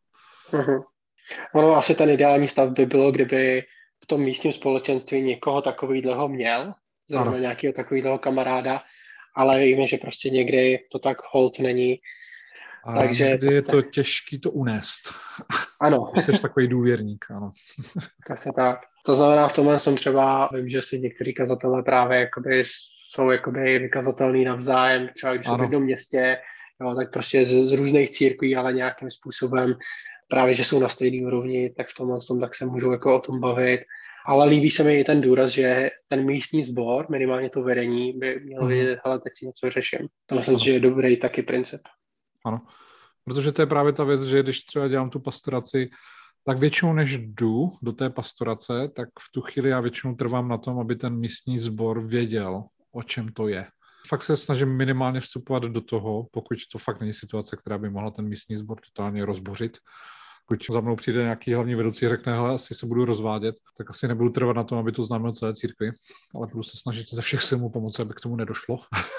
[SPEAKER 3] Ono asi ten ideální stav by bylo, kdyby v tom místním společenství někoho takovýhleho měl, zrovna nějakého takovýhleho kamaráda, ale víme, že prostě někdy to tak hold není.
[SPEAKER 4] A takže někdy je to těžký to unést.
[SPEAKER 3] Ano.
[SPEAKER 4] Jsi takový důvěrník, ano.
[SPEAKER 3] Asi tak. To znamená, v tomhle jsem třeba, vím, že si někteří kazatelé právě jakoby jsou jakoby vykazatelný navzájem, třeba když jsou v jednom městě, jo, tak prostě z různých církví, ale nějakým způsobem právě, že jsou na stejné úrovni, tak v tomhle tak se můžou jako o tom bavit. Ale líbí se mi i ten důraz, že ten místní sbor, minimálně to vedení, by měl vědět, hele, teď si něco řeším. To myslím, že je dobrý taky princip.
[SPEAKER 4] Ano, protože to je právě ta věc, že když třeba dělám tu pastoraci, tak většinou než jdu do té pastorace, tak v tu chvíli já většinou trvám na tom, aby ten místní sbor věděl, o čem to je. Fakt se snažím minimálně vstupovat do toho, pokud to fakt není situace, která by mohla ten místní sbor totálně rozbořit. Pokud za mnou přijde nějaký hlavní vedoucí a řekne, hele, asi se budu rozvádět, tak asi nebudu trvat na tom, aby to známil celé církvi, ale budu se snažit ze všech sil mu pomoci, aby k tomu nedošlo.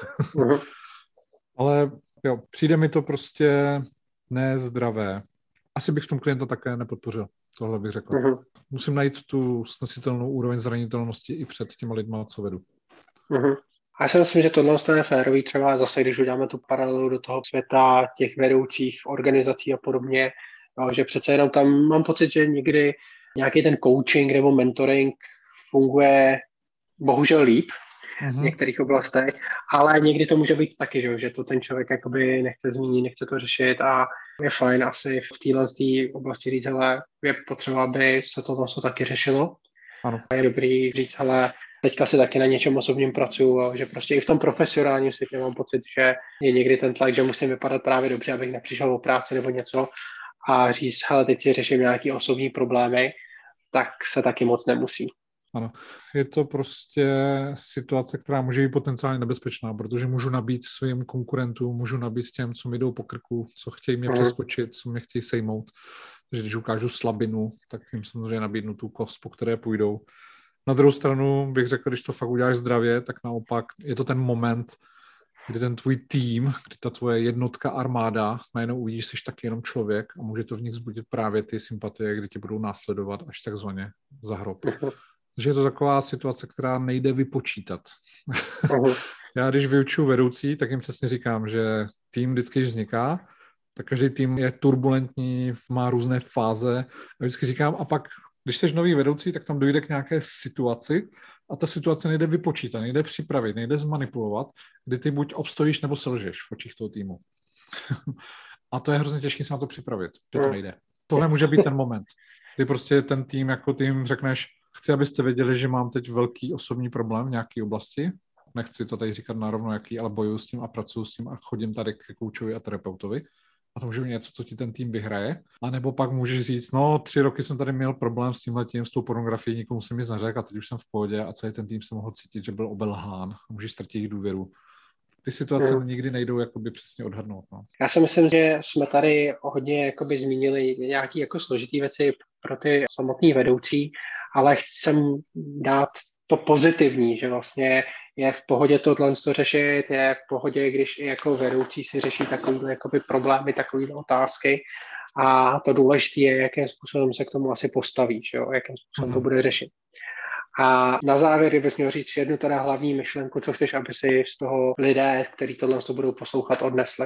[SPEAKER 4] Ale jo, přijde mi to prostě nezdravé. Asi bych v tom klienta také nepodpořil. Tohle bych řekl. Musím najít tu snesitelnou úroveň zranitelnosti i před těma lidma, co vedu.
[SPEAKER 3] A já si myslím, že tohle je férový třeba zase, když uděláme tu paralelu do toho světa těch vedoucích organizací a podobně, no, že přece jenom tam mám pocit, že někdy nějaký ten coaching nebo mentoring funguje bohužel líp v některých oblastech, ale někdy to může být taky, že to ten člověk jakoby nechce zmínit, nechce to řešit a je fajn asi v téhle oblasti říct, hele, je potřeba, aby se to taky řešilo.
[SPEAKER 4] Ano.
[SPEAKER 3] Je dobrý říct, hele, teďka si taky na něčem osobním pracuju a že prostě i v tom profesionálním světě mám pocit, že je někdy ten tlak, že musím vypadat právě dobře, abych nepřišel o práci nebo něco a říct, hele, teď si řeším nějaký osobní problémy, tak se taky moc nemusí.
[SPEAKER 4] Ano, je to prostě situace, která může být potenciálně nebezpečná, protože můžu nabít svým konkurentům, můžu nabít těm, co mi jdou po krku, co chtějí mě přeskočit, co mě chtějí sejmout. Takže když ukážu slabinu, tak jim samozřejmě nabídnu tu kost, po které půjdou. Na druhou stranu bych řekl, když to fakt uděláš zdravě, tak naopak je to ten moment, kdy ten tvůj tým, kdy ta tvoje jednotka armáda, najednou uvidíš, že jsi taky jenom člověk a může to v nich vzbudit právě ty sympatie, kdy tě budou následovat až takzvaně za hrob. Takže je to taková situace, která nejde vypočítat. Já když vyučuji vedoucí, tak jim přesně říkám, že tým vždycky vzniká tak každý tým je turbulentní, má různé fáze. A vždycky říkám, a pak, když jsi nový vedoucí, tak tam dojde k nějaké situaci a ta situace nejde vypočítat, nejde připravit, nejde zmanipulovat, kdy ty buď obstojíš nebo selžeš v očích toho týmu. A to je hrozně těžké se na to připravit, že to nejde. Tohle může být ten moment. Ty prostě ten tým jako tým řekneš, chci, abyste věděli, že mám teď velký osobní problém v nějaké oblasti. Nechci to tady říkat narovno jaký, ale bojuju s tím a pracuji s tím a chodím tady k koučovi a terapeutovi. A to může být něco, co ti ten tým vyhraje. A nebo pak můžeš říct, no 3 roky jsem tady měl problém s tímhletím, s tou pornografií, nikomu jsem nic neřekl a teď už jsem v pohodě a celý ten tým se mohl cítit, že byl obelhán a můžeš ztratit jejich důvěru. Ty situace nikdy nejdou jakoby přesně odhadnout. No.
[SPEAKER 3] Já si myslím, že jsme tady hodně jakoby zmínili nějaké jako složitý věci pro ty samotný vedoucí, ale chcem dát to pozitivní, že vlastně je v pohodě tohle řešit, je v pohodě, když i jako vedoucí si řeší takovýhle jakoby problémy, takovýhle otázky a to důležité je, jakým způsobem se k tomu asi postaví, že jo? Jakým způsobem to bude řešit. A na závěr, kdybych měl říct jednu teda hlavní myšlenku, co chceš, aby si z toho lidé, kteří tohle budou poslouchat, odnesli.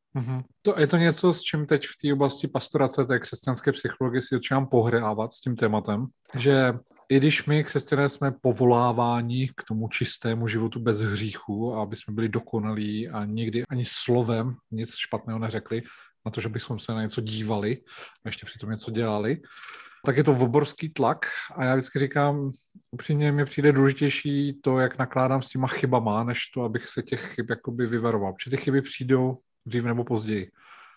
[SPEAKER 4] Je to něco, s čím teď v té oblasti pastorace, té křesťanské psychologie si začínám pohrávat s tím tématem, že i když my křesťané jsme povoláváni k tomu čistému životu bez hříchu a aby jsme byli dokonalí a nikdy ani slovem nic špatného neřekli, na to, že bychom se na něco dívali a ještě přitom něco dělali, tak je to obrovský tlak a já vždycky říkám, upřímně mi přijde důležitější to, jak nakládám s těma chybama, než to, abych se těch chyb jakoby vyvaroval. Protože ty chyby přijdou dřív nebo později.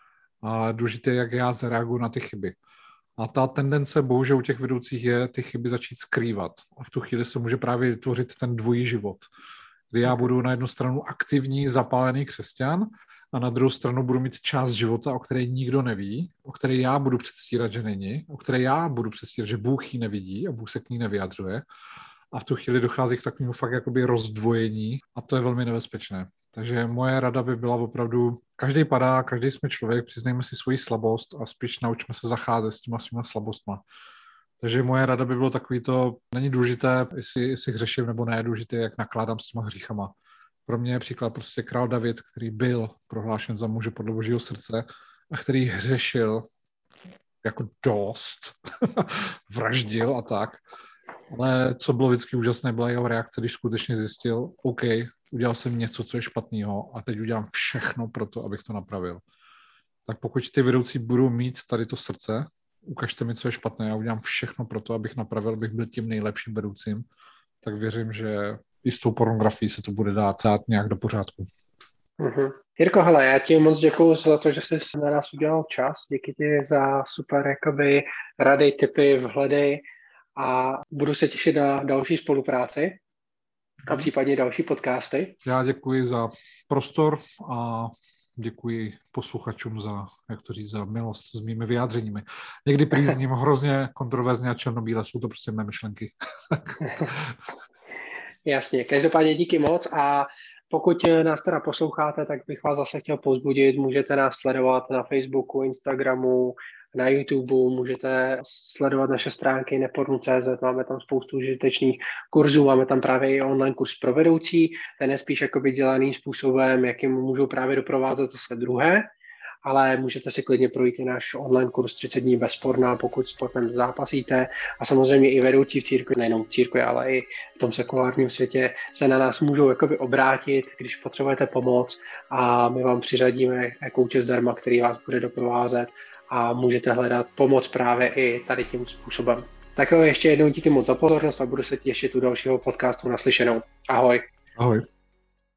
[SPEAKER 4] A důležité je, jak já zareaguju na ty chyby. A ta tendence bohužel u těch vedoucích je ty chyby začít skrývat. A v tu chvíli se může právě vytvořit ten dvojí život, kdy já budu na jednu stranu aktivní, zapálený křesťan a na druhou stranu budu mít část života, o které nikdo neví, o které já budu předstírat, že není, o které já budu předstírat, že Bůh ji nevidí a Bůh se k ní nevyjadřuje. A v tu chvíli dochází k takovému fakt jakoby rozdvojení a to je velmi nebezpečné. Takže moje rada by byla opravdu, každý padá, každý jsme člověk, přiznejme si svoji slabost a spíš naučme se zacházet s těma svýma slabostma. Takže moje rada by bylo takový to, není důležité, jestli hřeším nebo ne, důležité, jak nakládám s těma hříchama. Pro mě je příklad prostě král David, který byl prohlášen za muže podle Božího srdce a který hřešil jako dost, vraždil a tak. Ale co bylo vždycky úžasné, byla jeho reakce, když skutečně zjistil, OK, udělal jsem něco, co je špatného a teď udělám všechno pro to, abych to napravil. Tak pokud ty vedoucí budou mít tady to srdce, ukažte mi, co je špatné, já udělám všechno pro to, abych napravil, abych byl tím nejlepším vedoucím, tak věřím, že i s tou pornografií se to bude dát nějak do pořádku.
[SPEAKER 3] Jirko, hele, já ti moc děkuju za to, že jsi na nás udělal čas. Díky ti za super jakoby rady, tipy, vhledy a budu se těšit na další spolupráci a případně další podcasty.
[SPEAKER 4] Já děkuji za prostor a děkuji posluchačům za, jak to říct, za milost s mými vyjádřeními. Někdy prýzním hrozně kontroverzně a černobíle, jsou to prostě mé myšlenky.
[SPEAKER 3] Jasně, každopádně díky moc a pokud nás teda posloucháte, tak bych vás zase chtěl povzbudit, můžete nás sledovat na Facebooku, Instagramu, na YouTube, můžete sledovat naše stránky nepornu.cz, máme tam spoustu užitečných kurzů, máme tam právě i online kurz pro vedoucí, ten je spíš jakoby dělaný způsobem, jakým můžou právě doprovázet zase druhé, ale můžete si klidně projít i náš online kurz 30 dní bez porna, pokud sportem zápasíte a samozřejmě i vedoucí v církvi, nejenom v církvi, ale i v tom sekulárním světě se na nás můžou jakoby obrátit, když potřebujete pomoc a my vám přiřadíme kouče zdarma, který vás bude doprovázet a můžete hledat pomoc právě i tady tím způsobem. Tak jo, ještě jednou díky moc za pozornost a budu se těšit u dalšího podcastu naslyšenou. Ahoj.
[SPEAKER 4] Ahoj.